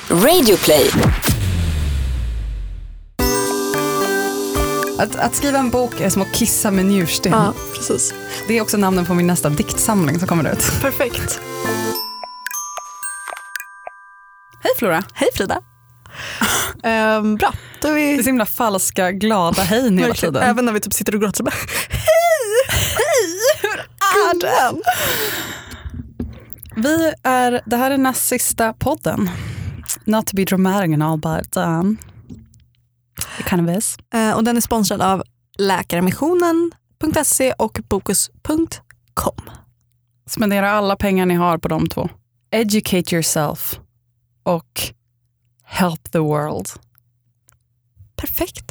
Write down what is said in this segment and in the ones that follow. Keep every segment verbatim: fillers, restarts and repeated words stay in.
Radioplay. Att, att skriva en bok är som att kissa med njursten. Ja, precis. Det är också namnen på min nästa diktsamling som kommer ut. Perfekt. Hej Flora. Hej Frida. um, bra. Då är vi... Det är så himla falska, glada hej hela tiden. Även när vi typ sitter och gråter så bara hej! Hej! Hur är den? Vi är, det här är näst sista podden. Not to be dramatic and all, but um, it kind of is. Uh, och den är sponsrad av läkarmissionen punkt se och bokus punkt com. Spendera alla pengar ni har på de två. Educate yourself och help the world. Perfekt.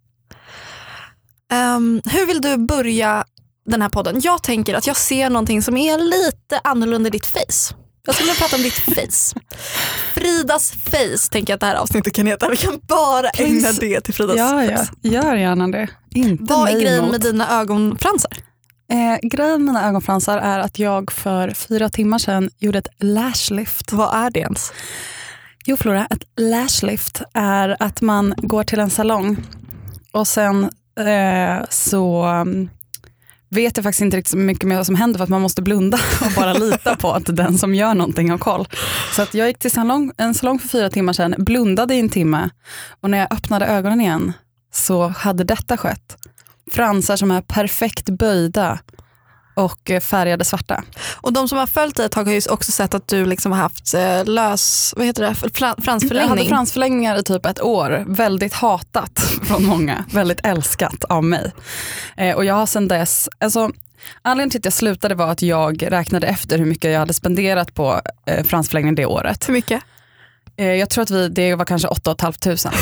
Um, hur vill du börja den här podden? Jag tänker att jag ser någonting som är lite annorlunda i ditt face. Jag skulle vilja prata om ditt face. Fridas face tänker jag att det här avsnittet kan heta. Vi kan bara ägna Please. det till Fridas ja, face. Ja, gör gärna det. Inte Vad är grejen mot. med dina ögonfransar? Eh, grejen med mina ögonfransar är att jag för fyra timmar sedan gjorde ett lashlift. Vad är det ens? Jo Flora, ett lashlift är att man går till en salong och sen eh, så um, vet jag faktiskt inte riktigt så mycket mer vad som händer för att man måste blunda och bara lita på att den som gör någonting har koll. Så att jag gick till salong, en salong för fyra timmar sedan, blundade i en timme och när jag öppnade ögonen igen så hade detta skett. Fransar som är perfekt böjda och färgade svarta. Och de som har följt dig ett tag har ju också sett att du liksom har haft eh, lös, vad heter det, fransförlängning. Jag hade fransförlängningar i typ ett år. Väldigt hatat från många. Väldigt älskat av mig. Eh, och jag har sedan dess, alltså anledningen till att jag slutade var att jag räknade efter hur mycket jag hade spenderat på eh, fransförlängning det året. Hur mycket? Eh, jag tror att vi, det var kanske åtta och ett halvt tusen.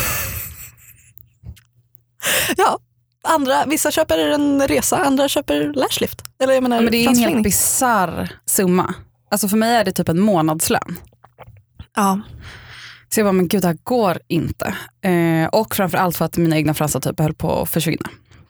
Ja. Andra, vissa köper en resa, andra köper lashlift. Eller jag menar, ja, men det är en helt bizarr summa. Alltså för mig är det typ en månadslön. Ja. Så jag bara, men gud, det här går inte. Eh, och framförallt för att mina egna fransar typ höll på att försvinna.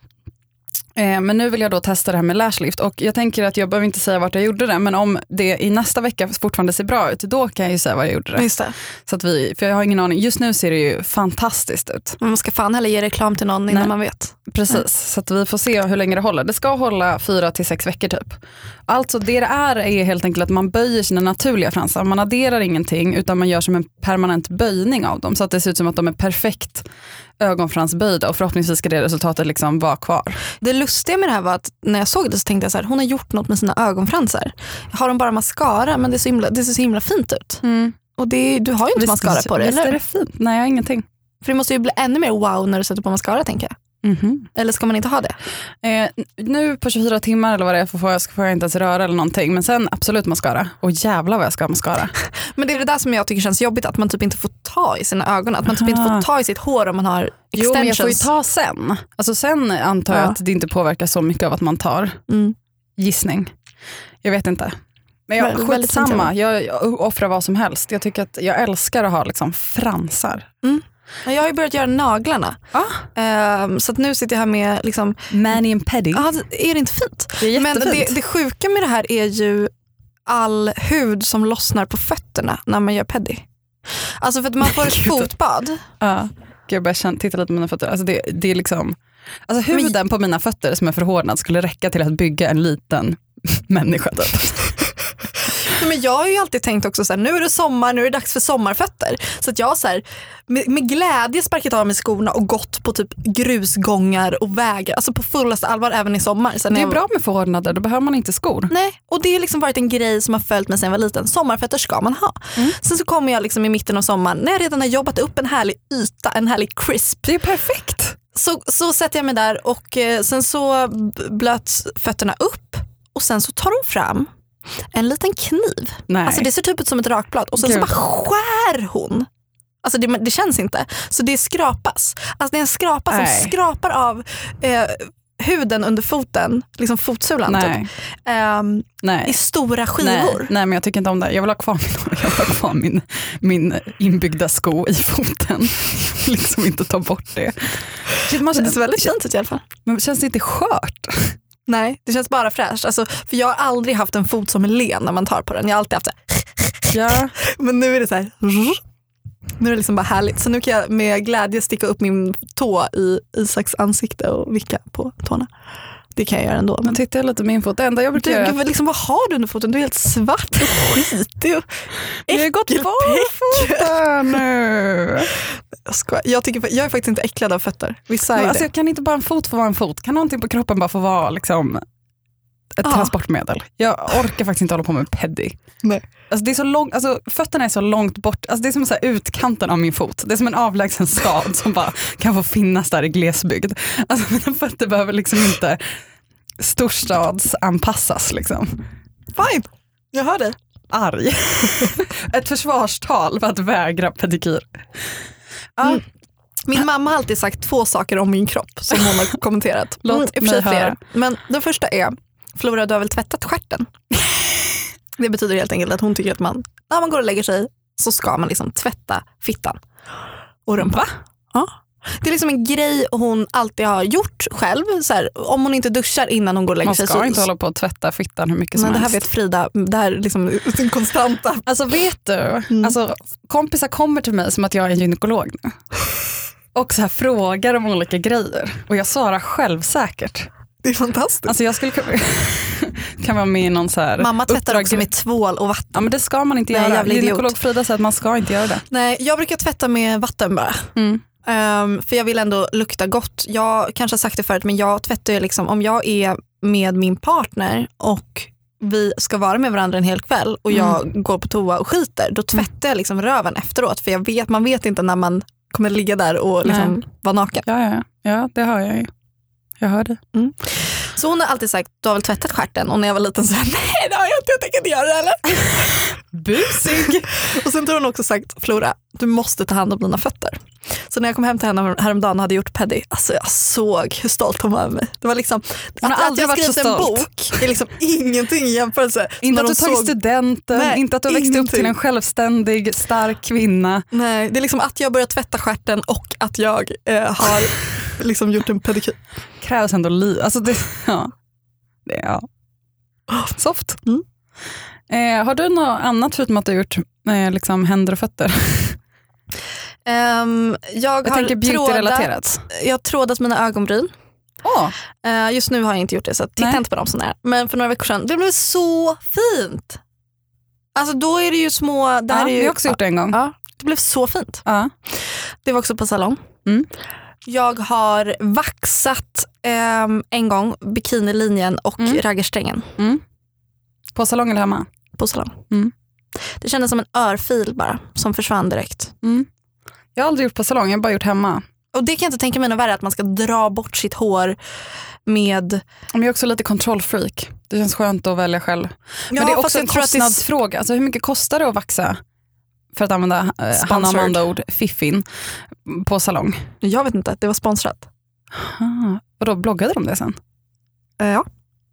Eh, men nu vill jag då testa det här med lashlift. Och jag tänker att jag behöver inte säga vart jag gjorde det. Men om det i nästa vecka fortfarande ser bra ut, då kan jag ju säga var jag gjorde det. Just det. Så att vi, för jag har ingen aning. Just nu ser det ju fantastiskt ut. Man ska fan heller ge reklam till någon innan Nej. man vet. Precis, Nej. Så att vi får se hur länge det håller. Det ska hålla fyra till sex veckor typ. Alltså det det är är helt enkelt att man böjer sina naturliga fransar. Man adderar ingenting utan man gör som en permanent böjning av dem. Så att det ser ut som att de är perfekt ögonfransböjda och förhoppningsvis ska det resultatet liksom vara kvar. Det lustiga med det här var att när jag såg det så tänkte jag så här, hon har gjort något med sina ögonfransar. Har de bara mascara men det ser så himla, det ser så himla fint ut. Mm. Och det, du har ju inte visst, mascara på det, visst eller? Är det fint? Nej, jag har ingenting. För det måste ju bli ännu mer wow när du sätter på mascara, tänker jag. Mm-hmm. Eller ska man inte ha det? Eh, nu på tjugofyra timmar eller vad det är får jag, får jag inte ens röra eller någonting. Men sen absolut mascara. Och jävla vad jag ska ha mascara. Men det är det där som jag tycker känns jobbigt. Att man typ inte får ta i sina ögon. Att man typ inte får ta i sitt hår om man har extensions. Jo, men jag får ju ta sen. Alltså sen antar jag ja. att det inte påverkar så mycket av att man tar mm. gissning. Jag vet inte. Men jag är skitsamma. Jag, jag offrar vad som helst. Jag tycker att jag älskar att ha liksom fransar. Mm. Jag har ju börjat göra naglarna. Ah. Um, så att nu sitter jag här med liksom mani and pedi. Ja, är det inte fint? Det är Men det, det sjuka med det här är ju all hud som lossnar på fötterna när man gör pedi. Alltså för att man får ett fotbad. Ja. Jag börjar känna, titta lite på mina fötter. Alltså det, det är liksom alltså huden Men... på mina fötter som är förhårdnad skulle räcka till att bygga en liten människa typ. Men jag har ju alltid tänkt också så här, nu är det sommar, nu är det dags för sommarfötter. Så att jag så här, med, med glädje sparkat av mig skorna och gått på typ grusgångar och vägar. Alltså på fullaste allvar även i sommar. Sen det är jag... bra med förhårdnader, då behöver man inte skor. Nej, och det har liksom varit en grej som har följt mig sedan jag var liten. Sommarfötter ska man ha. Mm. Sen så kommer jag liksom i mitten av sommaren, när jag redan har jobbat upp en härlig yta, en härlig crisp. Det är perfekt. Så, så sätter jag mig där och eh, sen så blöts fötterna upp och sen så tar hon fram en liten kniv. Nej. Alltså det ser typ ut som ett rakblad. Och sen Gud. så bara skär hon. Alltså det, det känns inte. Så det skrapas. Alltså det är en skrapa som Nej. skrapar av eh, huden under foten. Liksom fotsulan typ. Um, Nej. I stora skivor. Nej. Nej, men jag tycker inte om det. Jag vill ha kvar min, jag vill ha kvar min, min inbyggda sko i foten. Liksom inte ta bort det. Man känns, det ser väldigt fint ut i alla fall. Men känns det inte skört? Nej, det känns bara fräscht. Alltså, för jag har aldrig haft en fot som är len när man tar på den. Jag har alltid haft så här. Ja. Men nu är det så här. Nu är det liksom bara härligt. Så nu kan jag med glädje sticka upp min tå i Isaks ansikte och vicka på tårna. Det kan jag göra ändå. Men titta lite min fot. Det enda jag brukar göra... Liksom, vad har du under foten? Du är helt svart och skitig. Och jag har gått barfota nu. Jag, ska, jag, tycker, jag är faktiskt inte äcklad av fötter. Vissa är alltså, jag kan inte bara en fot få vara en fot. Kan någonting på kroppen bara få vara liksom, ett ah. transportmedel? Jag orkar faktiskt inte hålla på med peddy. Nej. Alltså, det är så långt, alltså, fötterna är så långt bort. Alltså, det är som så här, utkanten av min fot. Det är som en avlägsen stad som bara kan få finnas där i glesbygd. Alltså, mina fötter behöver liksom inte storstadsanpassas. Liksom. Fine, jag hör dig. Arg. Ett försvarstal för att vägra pedikyr. Ja. Mm. Min mamma har alltid sagt två saker om min kropp som hon har kommenterat. Låt mm, mig höra. Men den första är, Flora, du har väl tvättat stjärten? Det betyder helt enkelt att hon tycker att man, när man går och lägger sig så ska man liksom tvätta fittan och rumpan. Va? Ja. Det är liksom en grej hon alltid har gjort själv. Så här, om hon inte duschar innan hon går och lägger sig. Man ska så, inte hålla på att tvätta fittan hur mycket som men helst. Det här vet Frida, det här är liksom den konstanta. Alltså vet du, mm. alltså, kompisar kommer till mig som att jag är en gynekolog nu. Och så här frågar om olika grejer. Och jag svarar självsäkert. Det är fantastiskt. Alltså jag skulle kan vara med i någon så här mamma tvättar också med tvål och vatten. Ja, men det ska man inte Nej, göra. Gynekolog Frida säger att man ska inte göra det. Nej, jag brukar tvätta med vatten bara. Mm. Um, för jag vill ändå lukta gott. Jag kanske har sagt det förut, men jag tvättar ju liksom, om jag är med min partner och vi ska vara med varandra en hel kväll och jag mm. går på toa och skiter, då tvättar jag liksom röven efteråt. För jag vet, man vet inte när man kommer ligga där och liksom vara naken. Ja, ja, ja, det hör jag ju. Jag hör det. Mm. Så hon har alltid sagt, du har väl tvättat stjärten? Och när jag var liten så här, nej det har jag inte, jag tänker inte göra det heller. Busig. Och sen har hon också sagt, Flora, du måste ta hand om dina fötter. Så när jag kom hem till henne häromdagen och hade gjort peddy, alltså jag såg hur stolt hon var över mig. Det var liksom, hon att, har aldrig att jag varit skrivit en bok är liksom ingenting i jämförelse. Inte att du tagit såg... studenten, nej, inte att du växte upp till en självständig, stark kvinna. Nej, det är liksom att jag började tvätta stjärten och att jag eh, har liksom gjort en pedikyr. Krävs ändå liv. Alltså det, ja. Det, ja. Soft. Mm. Eh, har du något annat förutom att du har gjort eh, liksom händer och fötter? Um, jag, jag har trådat, jag har trådat mina ögonbryn. Oh. Uh, just nu har jag inte gjort det, så titta Nej. inte på dem sån här. Men för några veckor sedan, det blev så fint. Alltså då är det ju små... Där ja, är ju, jag har också gjort det en gång. Ja, det blev så fint. Ja. Det var också på salong. Mm. Jag har vaxat um, en gång bikinilinjen och mm. raggarsträngen. Mm. På salong eller hemma? På salong. Mm. Det kändes som en örfil bara, som försvann direkt. Mm. Jag har aldrig gjort på salong, jag har bara gjort hemma. Och det kan jag inte tänka mig något värre, att man ska dra bort sitt hår med... Men jag är också lite kontrollfreak. Det känns skönt att välja själv. Men ja, det är också en kostnadsfråga. Det är... Alltså hur mycket kostar det att vaxa? För att använda eh, Hanna Amanda-ord, fiffin, på salong. Jag vet inte, det var sponsrat. Ah, och då bloggade de det sen? Uh, ja.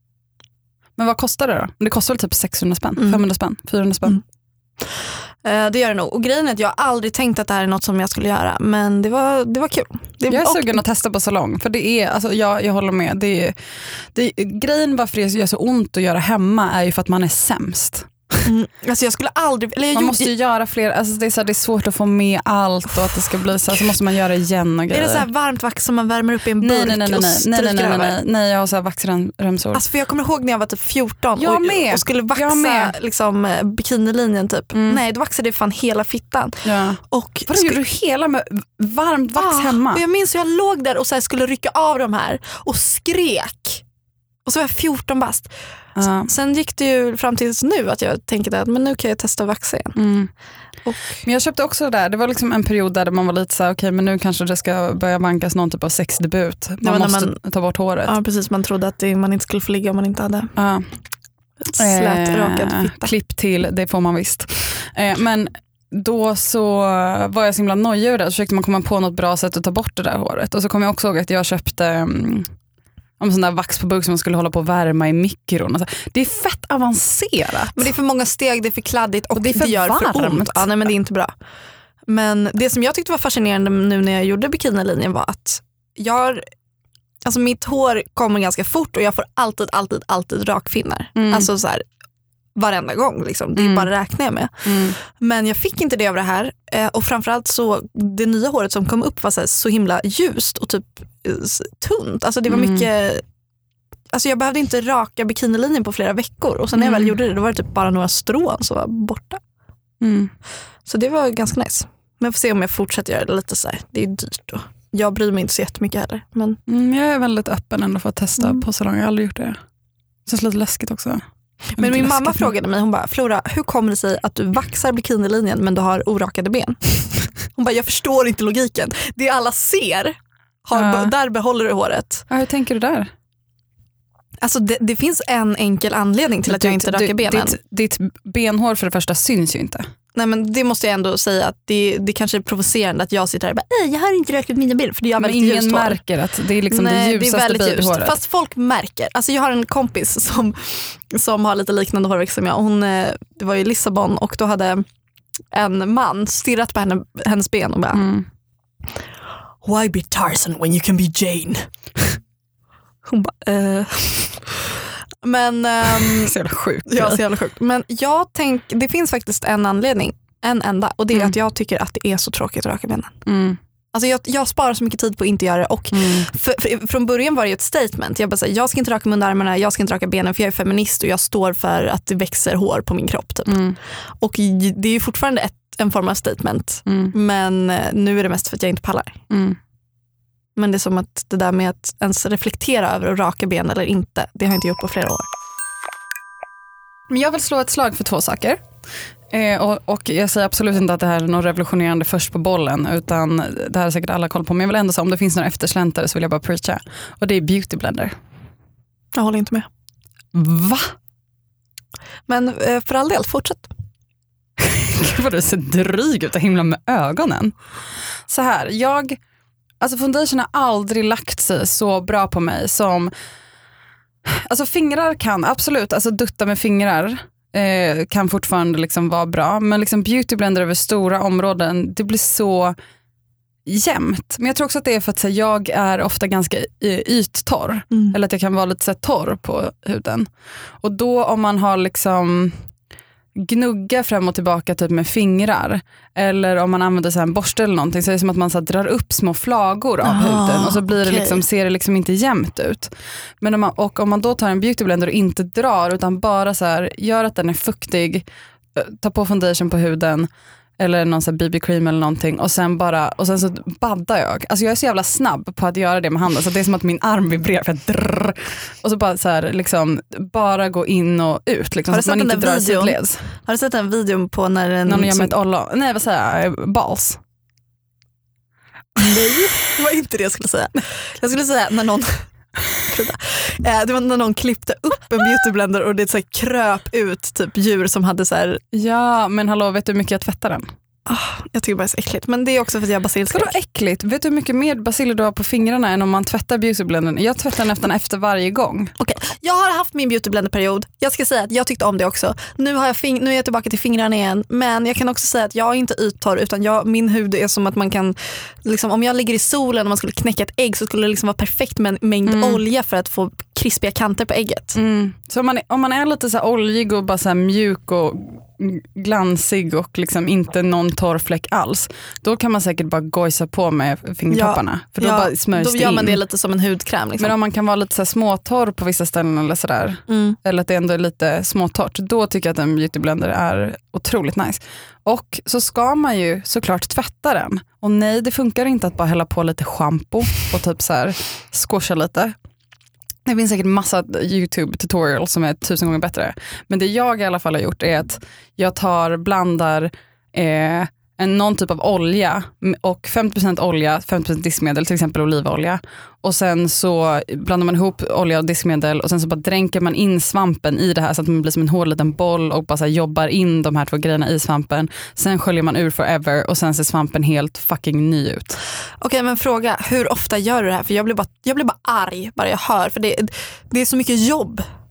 Men vad kostar det då? Det kostar väl typ sexhundra spänn, mm. femhundra spänn, fyrahundra spänn. Mm. Uh, det gör det nog. Och grejen är att jag aldrig tänkt att det här är något som jag skulle göra. Men det var, det var kul. Det, jag är och... sugen att testa på salong. För det är, alltså jag, jag håller med. Det är, det är, grejen varför det gör så ont att göra hemma är ju för att man är sämst. Mm, alltså jag skulle aldrig... Eller jag man gjorde... måste ju göra fler, alltså det är, så här, det är svårt att få med allt och att det ska bli så här, så måste man göra igen och grejer. Är det så här varmt vax som man värmer upp i en burk? Nej, nej, nej, nej, nej, nej, nej, nej, nej, nej, jag har så här vaxremsor. Alltså för jag kommer ihåg när jag var typ fjorton jag och, med. och skulle vaxa liksom, bikinilinjen typ. Mm. Nej, då vaxade jag fan hela fittan. Ja. Och vadå, gjorde du hela med varmt vax ah, hemma? Och jag minns hur jag låg där och så här skulle rycka av de här och skrek. Och så var jag fjorton bast. Uh. Sen gick det ju fram tills nu att jag tänkte att men nu kan jag testa att vaxa igen. Mm. Och... Men jag köpte också det där. Det var liksom en period där man var lite så här, okej, okay, men nu kanske det ska börja vankas någon typ av sexdebut. Man ja, måste man... ta bort håret. Ja, precis. Man trodde att det, man inte skulle få ligga om man inte hade uh. slät rakad fitta. Eh, klipp till, det får man visst. Eh, men då så var jag så himla nojig över det. Så försökte man komma på något bra sätt att ta bort det där håret. Och så kom jag också ihåg att jag köpte... Um, om sån där vax på burk som man skulle hålla på att värma i mikron. Alltså, det är fett avancerat. Men det är för många steg, det är för kladdigt och, och det är för det gör varmt. För ont. Ja, nej, men det är inte bra. Men det som jag tyckte var fascinerande nu när jag gjorde bikinilinjen var att jag, alltså mitt hår kommer ganska fort och jag får alltid, alltid, alltid rakfinnar. Mm. Alltså så här, varenda gång. Liksom. Det är mm. bara räknar jag med. Mm. Men jag fick inte det av det här. Eh, och framförallt så, det nya håret som kom upp var så, här, så himla ljust och typ eh, tunt. Alltså det var mm. mycket... Alltså jag behövde inte raka bikinilinjen på flera veckor. Och sen när jag väl mm. gjorde det, då var det typ bara några strån som var borta. Mm. Så det var ganska nice. Men jag får se om jag fortsätter göra det lite så här. Det är dyrt då. Jag bryr mig inte så jättemycket heller. Men... Mm, jag är väldigt öppen ändå för att testa mm. på salong. Jag har aldrig gjort det. Det känns lite läskigt också. Men min läskigt. mamma frågade mig, hon bara, Flora, hur kommer det sig att du vaxar bikinilinjen men du har orakade ben? Hon bara, jag förstår inte logiken. Det alla ser, har, ja. där behåller du håret. Ja, hur tänker du där? Alltså det, det finns en enkel anledning till att jag inte rakar benen. Ditt, ditt benhår för det första syns ju inte. Nej, men det måste jag ändå säga att det, det kanske är provocerande att jag sitter här och bara, jag har inte rakat mina ben för det är väldigt ljust hår. Men ingen märker att det är liksom Nej, det ljusaste bihåret. Fast folk märker. Alltså jag har en kompis som, som har lite liknande hårväxt som jag. Hon, det var i Lissabon och då hade en man stirrat på henne, hennes ben och bara mm. Why be Tarzan when you can be Jane? Hon bara eh. Men um, så jävla sjukt. Ja, så jävla sjukt. Men jag tänk, det finns faktiskt en anledning, en enda, och det är mm. att jag tycker att det är så tråkigt att raka benen. Mm. Alltså jag, jag sparar så mycket tid på att inte göra det och mm. för, för, från början var det ju ett statement. Jag bara säger, jag ska inte raka munarmarna, jag ska inte raka benen för jag är feminist och jag står för att det växer hår på min kropp typ. Mm. Och det är ju fortfarande ett, en form av statement. Mm. Men nu är det mest för att jag inte pallar. Mm. Men det är som att det där med att ens reflektera över att raka ben eller inte, det har jag inte gjort på flera år. Men jag vill slå ett slag för två saker. Eh, och, och jag säger absolut inte att det här är något revolutionerande först på bollen, utan det här är säkert alla koll på. Men jag vill ändå säga, om det finns några eftersläntare så vill jag bara preacha. Och det är Beauty Blender. Jag håller inte med. Va? Men eh, för all del, fortsätt. Gud vad du ser dryg ut och himla med ögonen. Så här, jag... Alltså foundation har aldrig lagt sig så bra på mig som... Alltså fingrar kan absolut, alltså dutta med fingrar eh, kan fortfarande liksom vara bra. Men liksom Beauty Blender över stora områden, det blir så jämnt. Men jag tror också att det är för att så, jag är ofta ganska yttorr. Mm. Eller att jag kan vara lite så, torr på huden. Och då om man har liksom... gnugga fram och tillbaka typ med fingrar eller om man använder så här en borste eller någonting så är det som att man så här, drar upp små flagor av ah, huden och så blir okay. det liksom, ser det liksom inte jämnt ut. Men om man, och om man då tar en Beauty Blender och inte drar utan bara så här, gör att den är fuktig, tar på foundation på huden eller någon så här B B-cream eller någonting och sen bara och sen så baddar jag. Alltså jag är så jävla snabb på att göra det med handen så det är som att min arm vibrerar för att drrr, och så bara så här liksom bara gå in och ut liksom, så att man inte drar sidleds. Har du sett en video på när en någon gör med ett ollon? Nej, vad säger jag? Balls. Nej, det var inte det jag skulle säga. Jag skulle säga när någon det var när någon klippte upp en Beauty Blender och det så här kröp ut typ djur som hade så här... Ja, men hallå, vet du hur mycket jag tvättar den? Oh, jag tycker bara det är så äckligt. Men det är också för att jag har basilskräck. Vadå äckligt? Vet du hur mycket mer basiler du har på fingrarna än om man tvättar Beauty Blendern? Jag tvättar den nästan efter varje gång. Okej, okay. Jag har haft min Beauty Blender-period. Jag ska säga att jag tyckte om det också. Nu, har jag fing- nu är jag tillbaka till fingrarna igen. Men jag kan också säga att jag är inte yttorr utan jag, min hud är som att man kan... Liksom, om jag ligger i solen och man skulle knäcka ett ägg så skulle det liksom vara perfekt med en mängd mm. olja för att få krispiga kanter på ägget. Mm. Så om man, är, om man är lite så här oljig och bara så här mjuk och glansig och liksom inte någon torrfläck alls, då kan man säkert bara gojsa på med fingertopparna. Ja, för då ja, bara smörjs då gör man det lite som en hudkräm. Liksom. Men om man kan vara lite så här småtorr på vissa ställen eller sådär, mm. eller att det ändå är lite småtorrt, då tycker jag att en Beauty Blender är otroligt nice. Och så ska man ju såklart tvätta den. Och nej, det funkar inte att bara hälla på lite shampoo och typ så här squasha lite. Det finns säkert massa YouTube-tutorials som är tusen gånger bättre. Men det jag i alla fall har gjort är att jag tar, blandar eh, en, någon typ av olja och femtio procent olja, femtio procent diskmedel, till exempel olivolja. Och sen så blandar man ihop olja och diskmedel och sen så bara dränker man in svampen i det här så att man blir som en hård liten boll och bara så här jobbar in de här två grejerna i svampen. Sen sköljer man ur forever och sen ser svampen helt fucking ny ut. Okej, men fråga, hur ofta gör du det här? För jag blir bara, jag blir bara arg bara jag hör, för det, det är så mycket jobb.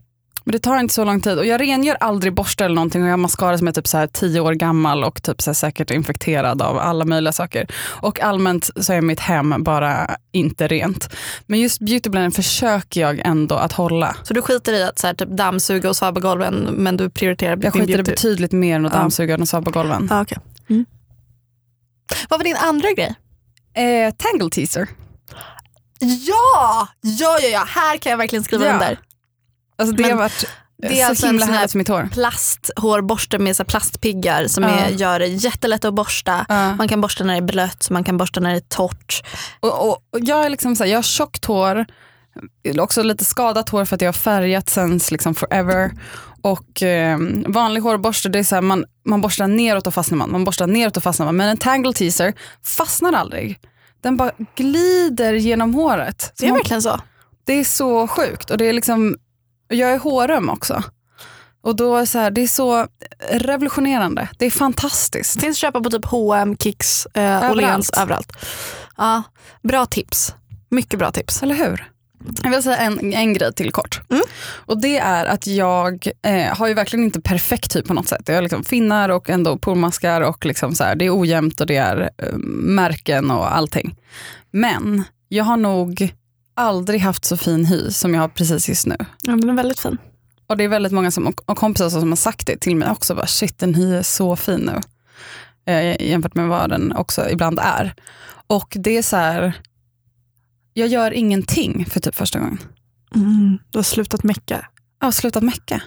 Men det tar inte så lång tid. Och jag rengör aldrig borste eller någonting. Och jag har mascara som är typ så här tio år gammal. Och typ så här säkert infekterad av alla möjliga saker. Och allmänt så är mitt hem bara inte rent. Men just beautyblenden försöker jag ändå att hålla. Så du skiter i att så här, typ dammsuga och svabba golven. Men du prioriterar Jag skiter beauty. betydligt mer än att dammsuga än att svabba golven. Ah, okay. mm. Vad var din andra grej? Eh, Tangle teaser. Ja! Ja, ja, ja. Här kan jag verkligen skriva ja. under. Alltså det Men har varit det är så himla härligt för mitt hår. Plasthårborste med så plastpiggar som uh. är, gör det jättelätt att borsta. Uh. Man kan borsta när det är blött, man kan borsta när det är torrt. Och, och, och jag är liksom så här, jag har tjockt hår, också lite skadat hår för att jag har färgat sen liksom forever. Och eh, vanlig hårborste, det är så här, man, man borstar neråt och fastnar man. Man borstar neråt och fastnar man. Men en tangle teaser fastnar aldrig. Den bara glider genom håret. Det är man, verkligen så. Det är så sjukt. Och det är liksom, jag är håröm också. Och då är så här, det är så revolutionerande. Det är fantastiskt. Finns att köpa på typ H och M, Kicks, eh, Åhléns, överallt. Ja, bra tips. Mycket bra tips. Eller hur? Jag vill säga en, en grej till kort. Mm. Och det är att jag eh, har ju verkligen inte perfekt hy på något sätt. Jag har liksom finnar och ändå pormaskar och liksom så här, det är ojämnt och det är eh, märken och allting. Men jag har nog aldrig haft så fin hy som jag har precis just nu. Ja, den är väldigt fin. Och det är väldigt många som, och kompisar som har sagt det till mig också. Bara, shit, den hy är så fin nu. Eh, jämfört med vad den också ibland är. Och det är så här... Jag gör ingenting för typ första gången. Mm, du har slutat mecka. Jag har slutat mecka.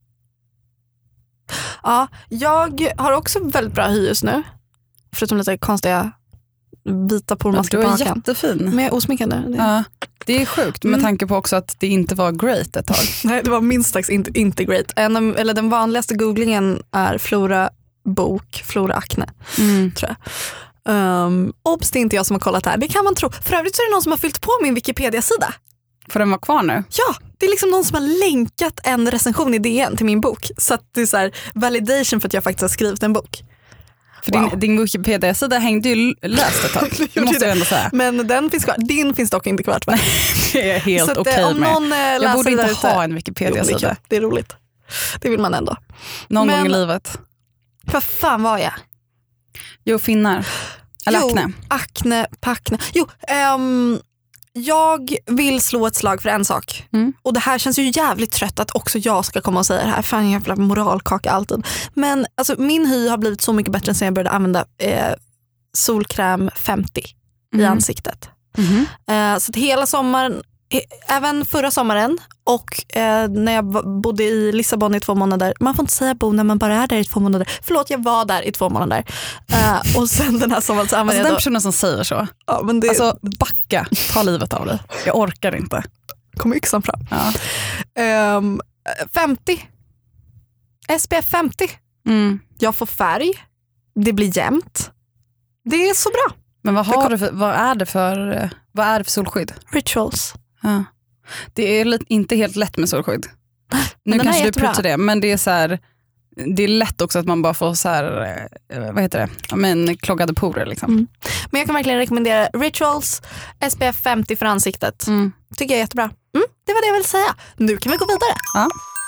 Ja, jag har också väldigt bra hy just nu. Förutom lite konstiga vita pormaskar på hakan. Du är jättefin. Men jag är osminkande. Det. Ja, det är sjukt med mm. tanke på också att det inte var great ett tag. Nej, det var minst sagt inte, inte great. En av, eller den vanligaste googlingen är Flora bok, Flora Acne, mm. tror jag. Um, obs, det är inte jag som har kollat här. Det kan man tro. För övrigt så är det någon som har fyllt på min Wikipedia-sida. Får den vara kvar nu? Ja, det är liksom någon som har länkat en recension i D N till min bok. Så att det är så här validation för att jag faktiskt har skrivit en bok. För wow. din, din Wikipedia-sida hängde ju löst ett tag. Det måste jag ändå säga. Men den finns kvar. Din finns dock inte kvar. Det är helt okej okay med. Någon, jag borde inte ha där, en Wikipedia-sida. Det är roligt. Det vill man ändå. Någon Men, gång i livet. Vad fan var jag? Jo, finnar. Eller jo, akne. Akne, pakne. Jo, um, jag vill slå ett slag för en sak. Mm. Och det här känns ju jävligt trött att också jag ska komma och säga det här. Fan, jävla moralkaka alltid. Men alltså, min hy har blivit så mycket bättre sen jag började använda eh, solkräm femtio mm. i ansiktet. Mm. Eh, så att hela sommaren, även förra sommaren och eh, när jag bodde i Lissabon i två månader. Man får inte säga bo när man bara är där i två månader. Förlåt, jag var där i två månader. Eh, och sen den här sommaren så använde alltså jag den då... personen som säger så. Ja, men det... Alltså backa, ta livet av dig. Jag orkar inte. Kommer yxan fram. Ja. Um, femtio. S P F femtio. Mm. Jag får färg. Det blir jämnt. Det är så bra. Men vad, har du för, vad, är det för, vad är det för solskydd? Rituals. Ja. Det är lite, inte helt lätt med solskydd. Nu men kanske du prutar det, men det är så här, det är lätt också att man bara får så här, vad heter det? Men kloggade porer liksom. Mm. Men jag kan verkligen rekommendera Rituals S P F femtio för ansiktet. Mm. Tycker jag är jättebra. Mm, det var det jag ville säga. Nu kan vi gå vidare. Ja.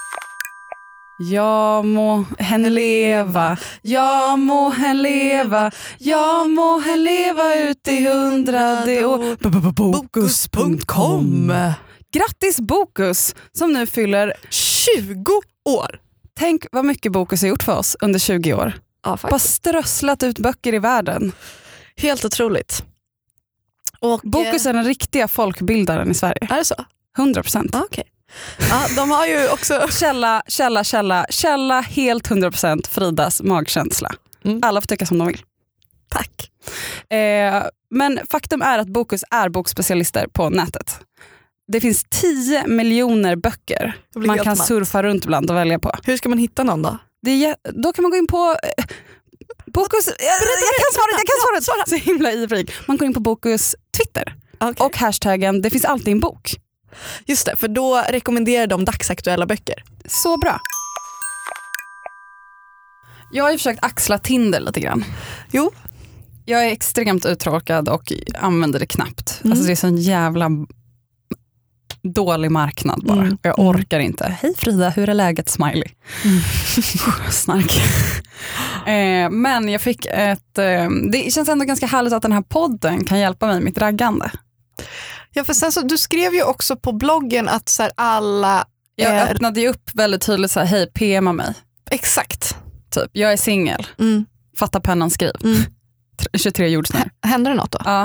Jag må henne leva, jag må henne leva, jag må henne leva ut i hundrade år. Bokus punkt com. Grattis Bokus som nu fyller tjugo år. Tänk vad mycket Bokus har gjort för oss under tjugo år. Ja, bara strösslat ut böcker i världen. Helt otroligt. Och Bokus är den riktiga folkbildaren i Sverige. Är det så? hundra procent. Okej. Okay. Ja, de har ju också... källa, källa, källa, källa, helt hundra procent Fridas magkänsla. Mm. Alla får tycka som de vill. Tack. Eh, men faktum är att Bokus är bokspecialister på nätet. Det finns tio miljoner böcker man kan matt. surfa runt bland och välja på. Hur ska man hitta någon då? Det är, då kan man gå in på... Eh, Bokus... Jag, jag kan svara, jag kan svara. Så himla ivrig. Man går in på Bokus Twitter. Okay. Och hashtaggen, det finns alltid en bok. Just det, för då rekommenderar de dagsaktuella böcker. Så bra. Jag har ju försökt axla Tinder lite grann. Jo. Jag är extremt uttråkad och använder det knappt. Mm. Alltså det är sån jävla dålig marknad bara. Mm. Jag orkar inte. Hej Frida, hur är läget? Smiley. Mm. Snark. eh, men jag fick ett... Eh, det känns ändå ganska härligt att den här podden kan hjälpa mig i mitt raggande. Ja, för sen så, du skrev ju också på bloggen att så här, alla... Jag är... öppnade ju upp väldigt tydligt så här, hej, P M a mig. Exakt. Typ, jag är singel. Mm. Fatta pennan, skriv. Mm. tjugotre jordsnör. H- Händer det något då? Ja.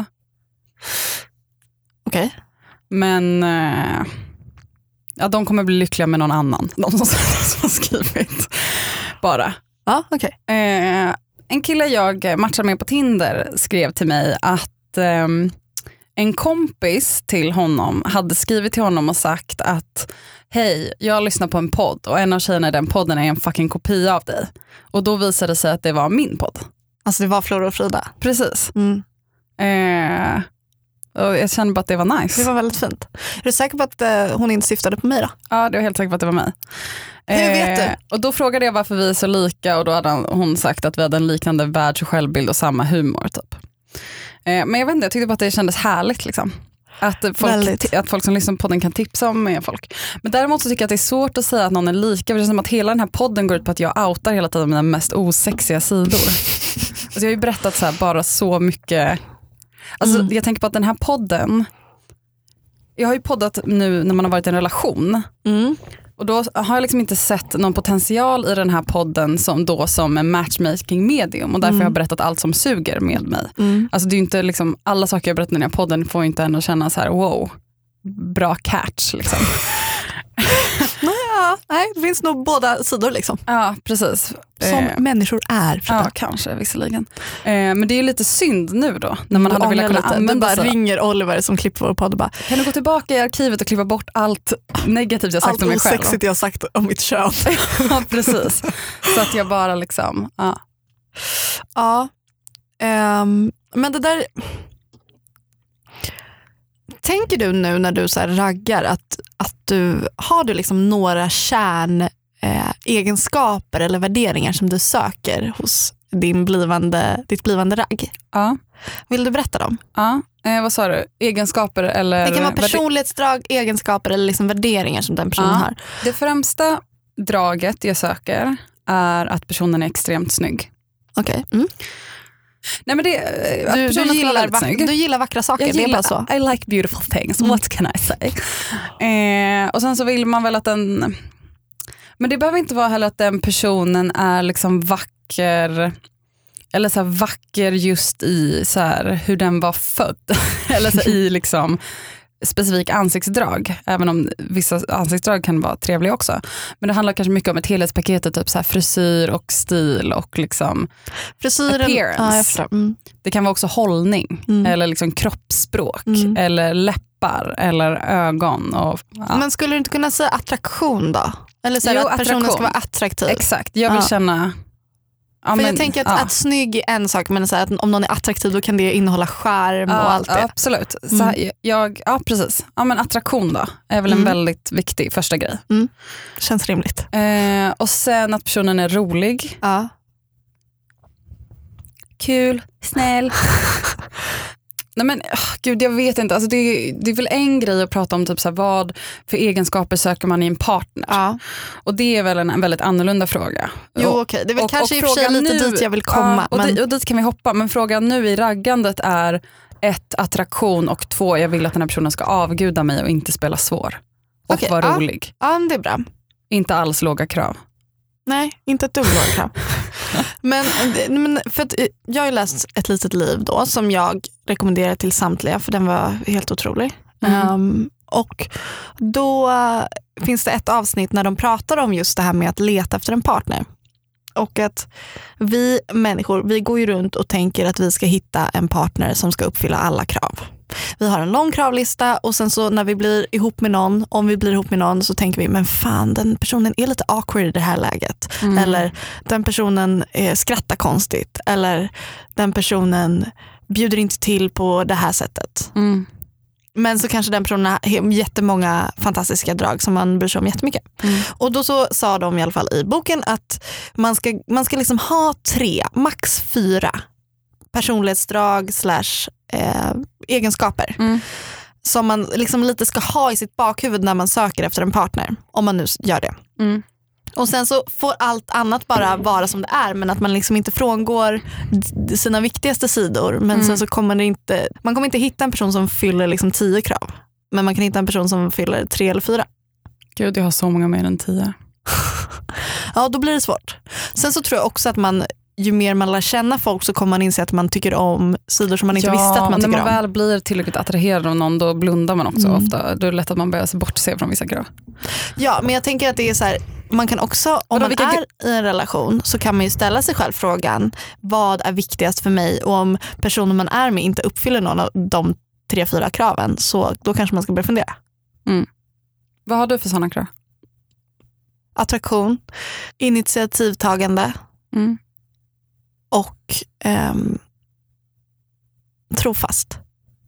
Okej. Okay. Men eh, ja, de kommer bli lyckliga med någon annan. De som, som har skrivit. Bara. Ja, okej. Okay. Eh, en kille jag matchar med på Tinder skrev till mig att eh, en kompis till honom hade skrivit till honom och sagt att hej, jag lyssnar på en podd och en av tjejerna i den podden är en fucking kopia av dig. Och då visade det sig att det var min podd. Alltså det var Flora och Frida? Precis. Mm. Eh, och jag kände bara att det var nice. Det var väldigt fint. Är du säker på att eh, hon inte syftade på mig då? Ja, det var helt säker på att det var mig. Hur vet eh, du? Och då frågade jag varför vi är så lika och då hade hon sagt att vi hade en liknande världs- och självbild och samma humor typ. Eh, men jag vet inte, jag tyckte bara att det kändes härligt liksom. Att folk, att folk som lyssnar på podden kan tipsa om med folk. Men däremot så tycker jag att det är svårt att säga att någon är lika. Det känns som att hela den här podden går ut på att jag outar hela tiden mina mest osexiga sidor. Alltså jag har ju berättat så här bara så mycket. Alltså mm. jag tänker på att den här podden, jag har ju poddat nu när man har varit i en relation. Mm. Och då har jag liksom inte sett någon potential i den här podden som då som en matchmaking medium. Och därför mm. har jag berättat allt som suger med mig. Mm. Alltså det är ju inte liksom, alla saker jag berättar i den här podden får inte ändå känna så här, wow, bra catch liksom. Naja, nej, det finns nog båda sidor liksom. Ja, precis. Som eh, människor är. Ja, kanske, visserligen. Eh, men det är lite synd nu då. När man hade velat kunna använda du bara sig. ringer Oliver som klipper vår podd och bara, kan du gå tillbaka i arkivet och klippa bort allt negativt jag sagt allt om mig själv? Allt osexigt jag har sagt om mitt kön. Ja, precis. Så att jag bara liksom, ja. Ja, um, men det där... Tänker du nu när du så här raggar att, att du har du liksom några kärn eh, egenskaper eller värderingar som du söker hos din blivande, ditt blivande ragg? Ja. Vill du berätta dem? Ja, eh, vad sa du? Egenskaper eller... Det kan vara personlighetsdrag, egenskaper eller liksom värderingar som den personen ja. har. Det främsta draget jag söker är att personen är extremt snygg. Okej. Okay. Mm. Nej, men det, du, du, gillar vack- du gillar vackra saker, jag gillar, det är bara så. I like beautiful things, mm. what can I say? Eh, och sen så vill man väl att den... Men det behöver inte vara heller att den personen är liksom vacker... Eller så här vacker just i så här, hur den var född. Eller så i liksom... specifik ansiktsdrag, även om vissa ansiktsdrag kan vara trevliga också. Men det handlar kanske mycket om ett helhetspaket, typ så här frisyr och stil och liksom frisyren, appearance. Ja, mm. Det kan vara också hållning mm. eller liksom kroppsspråk mm. eller läppar eller ögon. Och, ja. Men skulle du inte kunna säga attraktion då? Eller så här, jo, att personen attraktion. Ska vara attraktiv? Exakt, jag vill ja. känna... Ja, för men, jag tänker att, ja. att snygg är en sak, men så här, att om någon är attraktiv då kan det innehålla charm ja, och allt det. Ja, absolut. Så här, jag, ja, precis. Ja, men attraktion då är väl en mm. väldigt viktig första grej. Mm. Känns rimligt. Eh, och sen att personen är rolig. Ja. Kul, snäll. Nej men oh, gud, jag vet inte. Alltså det, det är väl en grej att prata om typ så här, vad för egenskaper söker man i en partner. Ja. Och det är väl en, en väldigt annorlunda fråga. Jo okej, okay. Det är väl och, kanske och i och för sig lite nu, dit jag vill komma. Ja, och, men... dit, och dit kan vi hoppa. Men frågan nu i raggandet är ett, attraktion och två, jag vill att den här personen ska avguda mig och inte spela svår. Och okay, vara ja. rolig. Ja, det är bra. Inte alls låga krav. Nej, inte ett dugg låga krav. Men, men för att jag har ju läst Ett litet liv då som jag rekommenderar till samtliga för den var helt otrolig. Mm. Um, och då finns det ett avsnitt när de pratar om just det här med att leta efter en partner. Och att vi människor, vi går ju runt och tänker att vi ska hitta en partner som ska uppfylla alla krav. Vi har en lång kravlista och sen så när vi blir ihop med någon, om vi blir ihop med någon så tänker vi, men fan den personen är lite awkward i det här läget. Mm. Eller den personen eh, skrattar konstigt. Eller den personen bjuder inte till på det här sättet. Mm. Men så kanske den personen har jättemånga fantastiska drag som man bryr sig om jättemycket. Mm. Och då så sa de i alla fall i boken att man ska, man ska liksom ha tre, max fyra personlighetsdrag slash eh, egenskaper mm. som man liksom lite ska ha i sitt bakhuvud när man söker efter en partner, om man nu gör det. Mm. Och sen så får allt annat bara vara som det är, men att man liksom inte frångår sina viktigaste sidor. Men mm. sen så kommer det inte, man kommer inte hitta en person som fyller liksom tio krav, men man kan hitta en person som fyller tre eller fyra. Gud, jag har så många mer än tio. Ja, då blir det svårt. Sen så tror jag också att man, ju mer man lär känna folk, så kommer man inse att man tycker om sidor som man inte ja, visste att man tycker om. Ja, när man väl blir tillräckligt attraherad av någon, då blundar man också mm. ofta. Då är det lätt att man börjar se bortse från vissa krav. Ja, men jag tänker att det är så här, man kan också, om man vilka... är i en relation, så kan man ju ställa sig själv frågan, vad är viktigast för mig? Och om personen man är med inte uppfyller någon av de tre, fyra kraven, så då kanske man ska börja fundera. Mm. Vad har du för sådana krav? Attraktion, initiativtagande mm. och ehm, trofast.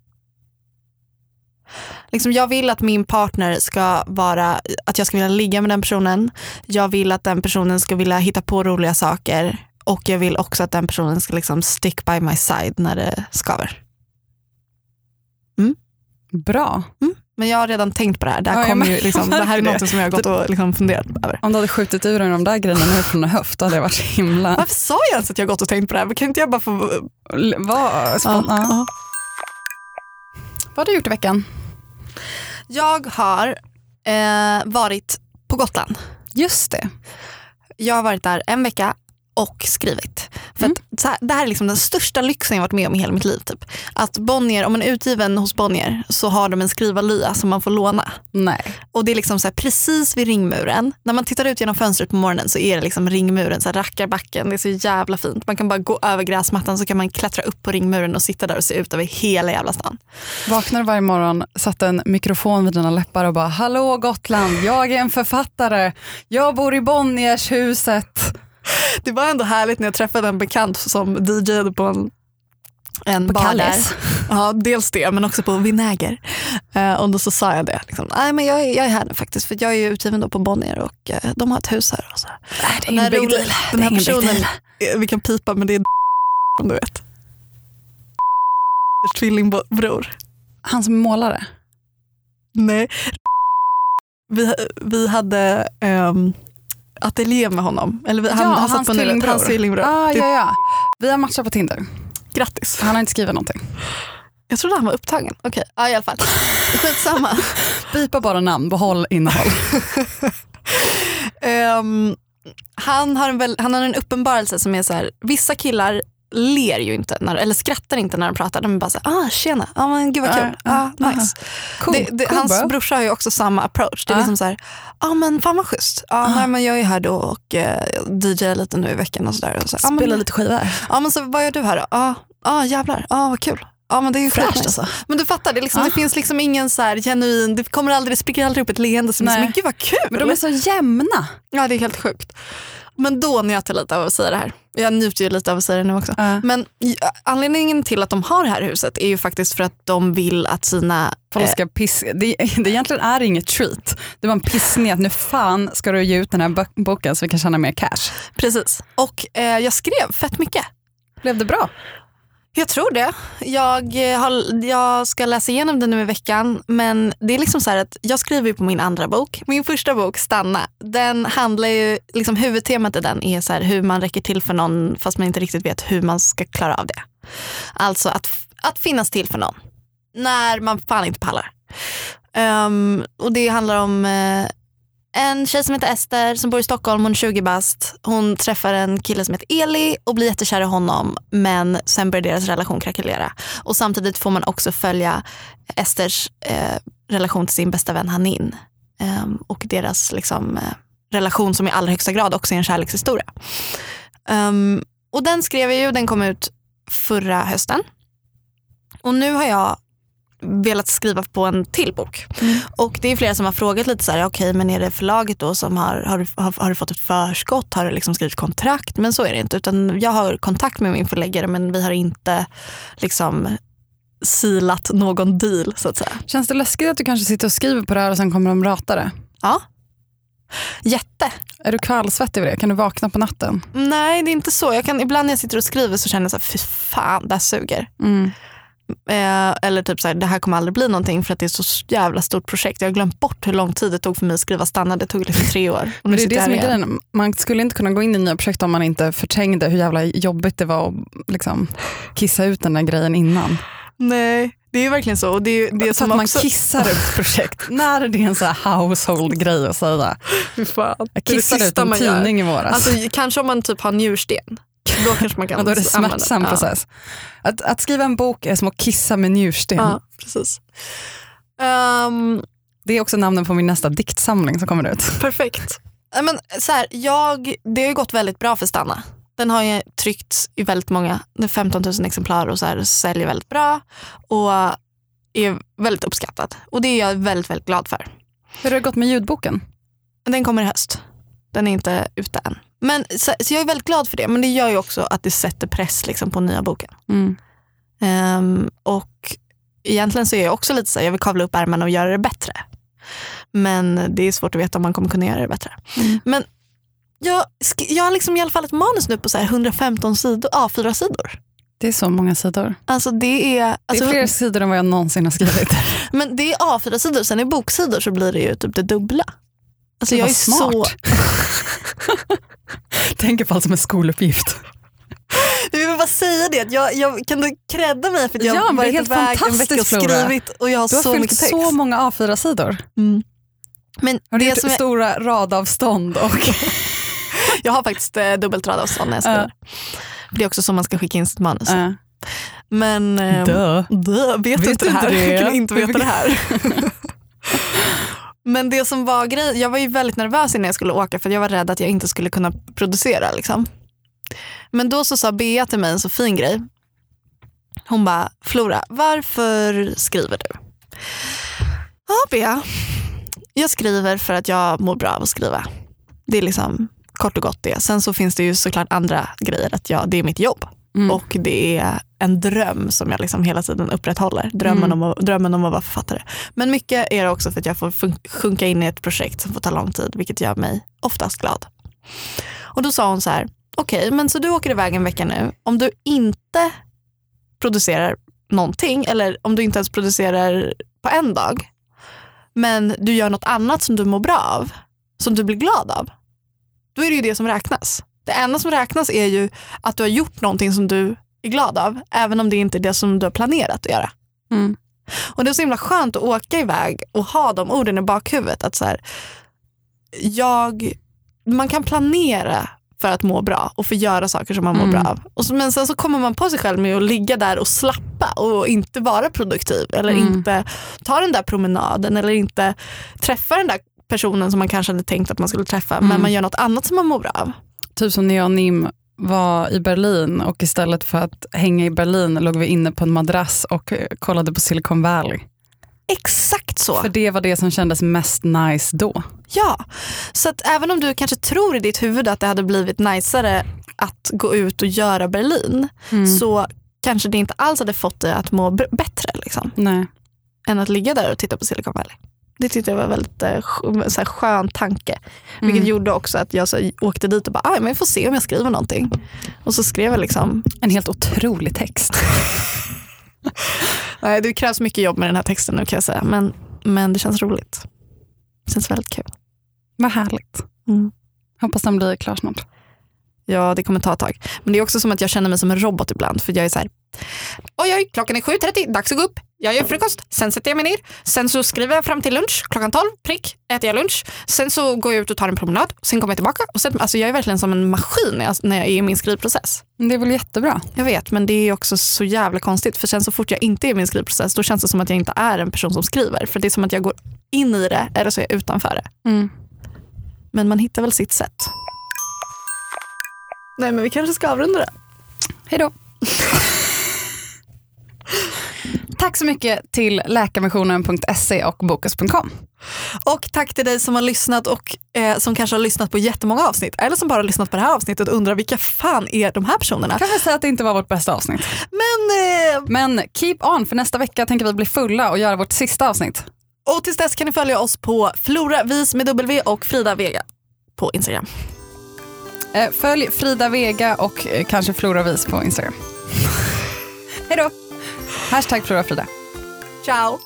Liksom jag vill att min partner ska vara, att jag ska vilja ligga med den personen. Jag vill att den personen ska vilja hitta på roliga saker. Och jag vill också att den personen ska liksom stick by my side när det skaver. Mm. Bra. Mm. Men jag har redan tänkt på det här. Det här, ja, kommer ju liksom, det här är något som jag har gått och liksom funderat över. Om du hade skjutit ur de där grejerna nu från en höft, hade det varit himla... Varför sa jag ens att jag har gått och tänkt på det här? Kan inte jag bara få... Vad? Ja, ja. Vad har du gjort i veckan? Jag har eh, varit på Gotland. Just det. Jag har varit där en vecka och skrivit. För mm. att så här, det här är liksom den största lyxen jag varit med om i hela mitt liv. Typ. Att Bonnier, om man är utgiven hos Bonnier, så har de en skrivarlya som man får låna. Nej. Och det är liksom så här, precis vid ringmuren. När man tittar ut genom fönstret på morgonen så är det liksom ringmuren, så här, rackarbacken. Det är så jävla fint. Man kan bara gå över gräsmattan, så kan man klättra upp på ringmuren och sitta där och se ut över hela jävla stan. Vaknar varje morgon, satt en mikrofon vid dina läppar och bara, hallå Gotland, jag är en författare. Jag bor i Bonniers huset. Det var ändå härligt när jag träffade en bekant som D J:ade på en, en på bar där. Ja, dels det, men också på Vinäger. Uh, och då så sa jag det. Liksom, Nej, men jag, jag är här nu faktiskt, för jag är ju utgiven då på Bonnier och uh, de har ett hus här. Och så. Nej, det är ingen big deal. Den här personen, vi kan pipa, men det är om du vet. Tvillingbror. Han som är målare? Nej. Vi, vi hade... Um, ateljé med honom. Eller vi, ja, han, han hans tvillingbror. Hans tvillingbror. Ah, ja, ja. Vi har matchat på Tinder. Grattis. Han har inte skrivit någonting. Jag trodde han var upptagen. Okej, okay. Ja, i alla fall. Skitsamma. Bipa bara namn, behåll innehåll. um, han, har en väl, han har en uppenbarelse som är så här, vissa killar ler ju inte, när, eller skrattar inte när de pratar. De är bara så här, ah tjena, ah, men gud vad kul, ah, ah, nice. Cool, det, det, cool, hans bro. brorsa har ju också samma approach. Det är ah. liksom så här, ja ah, men fan vad schysst. Ah, ah. Nej, men jag är här då och eh, D J lite nu i veckan och sådär. Och så, Spelar ah, men, lite skivor. Ja ah, men så vad gör du här då? Ja ah, ah, jävlar, ja ah, vad kul. Ja men det är ju fräscht alltså. Men du fattar, det, liksom, ah. det finns liksom ingen så här genuin, det kommer aldrig, det spricker aldrig upp ett leende som är så, men gud vad kul. Men de är så jämna. Ja, det är helt sjukt. Men då njöt jag lite av att säga det här. Jag njuter ju lite av att säga det nu också. Uh. Men anledningen till att de har det här huset är ju faktiskt för att de vill att sina... Folk ska piss... det, det egentligen är inget treat. Det var en pissning att nu fan ska du ge ut den här boken så vi kan tjäna mer cash. Precis. Och eh, jag skrev fett mycket. Blev det bra? Jag tror det. Jag, har, jag ska läsa igenom den nu i veckan, men det är liksom så här att jag skriver ju på min andra bok. Min första bok, Stanna, den handlar ju, liksom huvudtemat i den är så här hur man räcker till för någon fast man inte riktigt vet hur man ska klara av det. Alltså att, att finnas till för någon när man fan inte pallar. Um, och det handlar om uh, en tjej som heter Ester som bor i Stockholm, hon är tjugo bast. Hon träffar en kille som heter Eli och blir jättekär i honom, men sen börjar deras relation krackelera. Och samtidigt får man också följa Esters eh, relation till sin bästa vän Hanin. Um, och deras liksom, eh, relation som i allra högsta grad också är en kärlekshistoria. Um, och den skrev jag ju, den kom ut förra hösten. Och nu har jag velat skriva på en till bok. Mm. Och det är flera som har frågat lite så här, okej, okay, men är det förlaget då som har, har, har, har du fått ett förskott? Har du liksom skrivit kontrakt? Men så är det inte, utan jag har kontakt med min förläggare, men vi har inte liksom silat någon deal så att säga. Känns det läskigt att du kanske sitter och skriver på det här och sen kommer de rata det? Ja. Jätte. Är du kallsvettig över det? Kan du vakna på natten? Nej, det är inte så. Jag kan, ibland när jag sitter och skriver så känner jag så här, fy fan, det här suger. Mm. Eh, eller typ så här, det här kommer aldrig bli någonting för att det är så jävla stort projekt. Jag har glömt bort hur lång tid det tog för mig att skriva Stanna. Det tog liksom tre år. Och nu det är det som är igen. grejen. Man skulle inte kunna gå in i nya projekt om man inte förträngde hur jävla jobbigt det var att liksom kissa ut den där grejen innan. Nej, det är verkligen så. Och det är, det är så som att också... man kissar ut projekt. När är det en så här household-grej att säga? Fan. Jag kissade ut en tidning i våras. Alltså, kanske om man typ har njursten. Då kanske man kan. Ja, då är det smärtsam process. Ja. Att, att skriva en bok är som att kissa med njursten. Ja, precis. Um, det är också namnen på min nästa diktsamling som kommer ut. Perfekt. Men, så här, jag, det har ju gått väldigt bra för Stanna. Den har ju tryckts i väldigt många, femton tusen exemplar och så här, säljer väldigt bra och är väldigt uppskattad. Och det är jag väldigt, väldigt glad för. Hur har det gått med ljudboken? Den kommer i höst. Den är inte ute än. Men, så, så jag är väldigt glad för det. Men det gör ju också att det sätter press liksom, på nya boken. Mm. Um, och egentligen så är jag också lite så här, jag vill kavla upp ärmarna och göra det bättre. Men det är svårt att veta om man kommer kunna göra det bättre. Mm. Men jag, jag har liksom i alla fall ett manus nu på så här hundrafemton sidor, A fyra sidor. Det är så många sidor. Alltså det är... Alltså, det är fler sidor än vad jag någonsin har skrivit. Men det är A fyra sidor, sen i boksidor så blir det ju typ det dubbla. Alltså det jag är smart. Så... Tänker på allt som en skoluppgift. Du vill bara säga det. Jag, jag, kan du credda mig för att jag ja, har varit helt iväg en vecka och skrivit och jag har, du har så fyllt mycket text. Så många A fyra sidor. Mm. Men har du det gjort som stora jag... radavstånd? Och jag har faktiskt eh, dubbelt radavstånd när jag skriver. Uh. Det är också så man ska skicka in sitt manus. Uh. Men eh, Dö. Dö, vet, vet inte det här. Jag kan inte veta det här. Men det som var grej, jag var ju väldigt nervös innan jag skulle åka för jag var rädd att jag inte skulle kunna producera liksom. Men då så sa Bea till mig en så fin grej. Hon bara, Flora, varför skriver du? Ja, Bea. Jag skriver för att jag mår bra av att skriva. Det är liksom kort och gott det. Sen så finns det ju såklart andra grejer. Att jag, det är mitt jobb. Mm. Och det är en dröm som jag liksom hela tiden upprätthåller. Drömmen, mm. om att, drömmen om att vara författare. Men mycket är det också för att jag får fun- sjunka in i ett projekt som får ta lång tid. Vilket gör mig oftast glad. Och då sa hon så här. Okej, okay, men så du åker iväg en vecka nu. Om du inte producerar någonting. Eller om du inte ens producerar på en dag. Men du gör något annat som du mår bra av. Som du blir glad av. Då är det ju det som räknas. Det enda som räknas är ju att du har gjort någonting som du är glad av. Även om det inte är det som du har planerat att göra. Mm. Och det är så himla skönt att åka iväg och ha de orden i bakhuvudet. Att så här, jag, man kan planera för att må bra och få göra saker som man mår mm. bra av. Och så, men sen så kommer man på sig själv med att ligga där och slappa och inte vara produktiv. Eller mm. inte ta den där promenaden eller inte träffa den där personen som man kanske hade tänkt att man skulle träffa. Mm. Men man gör något annat som man mår bra av. Typ som när jag och Nim var i Berlin och istället för att hänga i Berlin låg vi inne på en madrass och kollade på Silicon Valley. Exakt så. För det var det som kändes mest nice då. Ja, så att även om du kanske tror i ditt huvud att det hade blivit najsare att gå ut och göra Berlin mm. så kanske det inte alls hade fått dig att må b- bättre liksom. Nej. Än att ligga där och titta på Silicon Valley. Det tyckte jag var väldigt eh, så här, skön tanke. Vilket mm. gjorde också att jag så, åkte dit och bara, ah, men jag får se om jag skriver någonting. Och så skrev jag liksom... En helt otrolig text. Nej, det krävs mycket jobb med den här texten nu kan jag säga. Men, men det känns roligt. Det känns väldigt kul. Vad härligt. Mm. Hoppas den blir klar snart. Ja, det kommer ta ett tag. Men det är också som att jag känner mig som en robot ibland. För jag är så här, oj, oj, klockan är sju trettio, dags att gå upp. Jag gör frukost, sen sätter jag mig ner. Sen så skriver jag fram till lunch, klockan tolv, prick, äter jag lunch. Sen så går jag ut och tar en promenad. Sen kommer jag tillbaka. Och sen, alltså jag är verkligen som en maskin när jag, när jag är i min skrivprocess. Det är väl jättebra. Jag vet, men det är också så jävla konstigt. För sen så fort jag inte är i min skrivprocess, då känns det som att jag inte är en person som skriver. För det är som att jag går in i det, eller så är jag utanför det. Mm. Men man hittar väl sitt sätt. Nej, men vi kanske ska avrunda det. Hej då. Tack så mycket till läkarmissionen punkt se och bokus punkt com. Och tack till dig som har lyssnat och eh, som kanske har lyssnat på jättemånga avsnitt. Eller som bara har lyssnat på det här avsnittet och undrar vilka fan är de här personerna. Kan vi säga att det inte var vårt bästa avsnitt. Men, eh... Men keep on, för nästa vecka tänker vi bli fulla och göra vårt sista avsnitt. Och tills dess kan ni följa oss på Flora Vis med W och Frida Vega på Instagram. Följ Frida Vega och kanske Flora Vis på Instagram. Hej då. Hashtag Flora Frida. Ciao.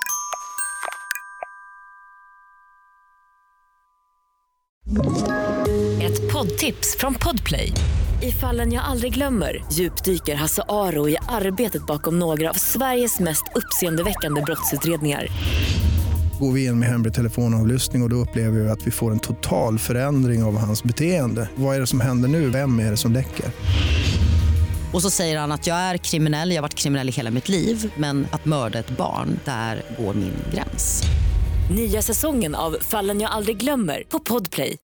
Ett poddtips från Podplay. I Fallen jag aldrig glömmer djupdyker Hasse Aro i arbetet bakom några av Sveriges mest uppseendeväckande brottsutredningar. Går vi in med hemlig telefonavlyssning och, och då upplever vi att vi får en total förändring av hans beteende. Vad är det som händer nu? Vem är det som läcker? Och så säger han att jag är kriminell, jag har varit kriminell i hela mitt liv. Men att mörda ett barn, där går min gräns. Nya säsongen av Fallen jag aldrig glömmer på Podplay.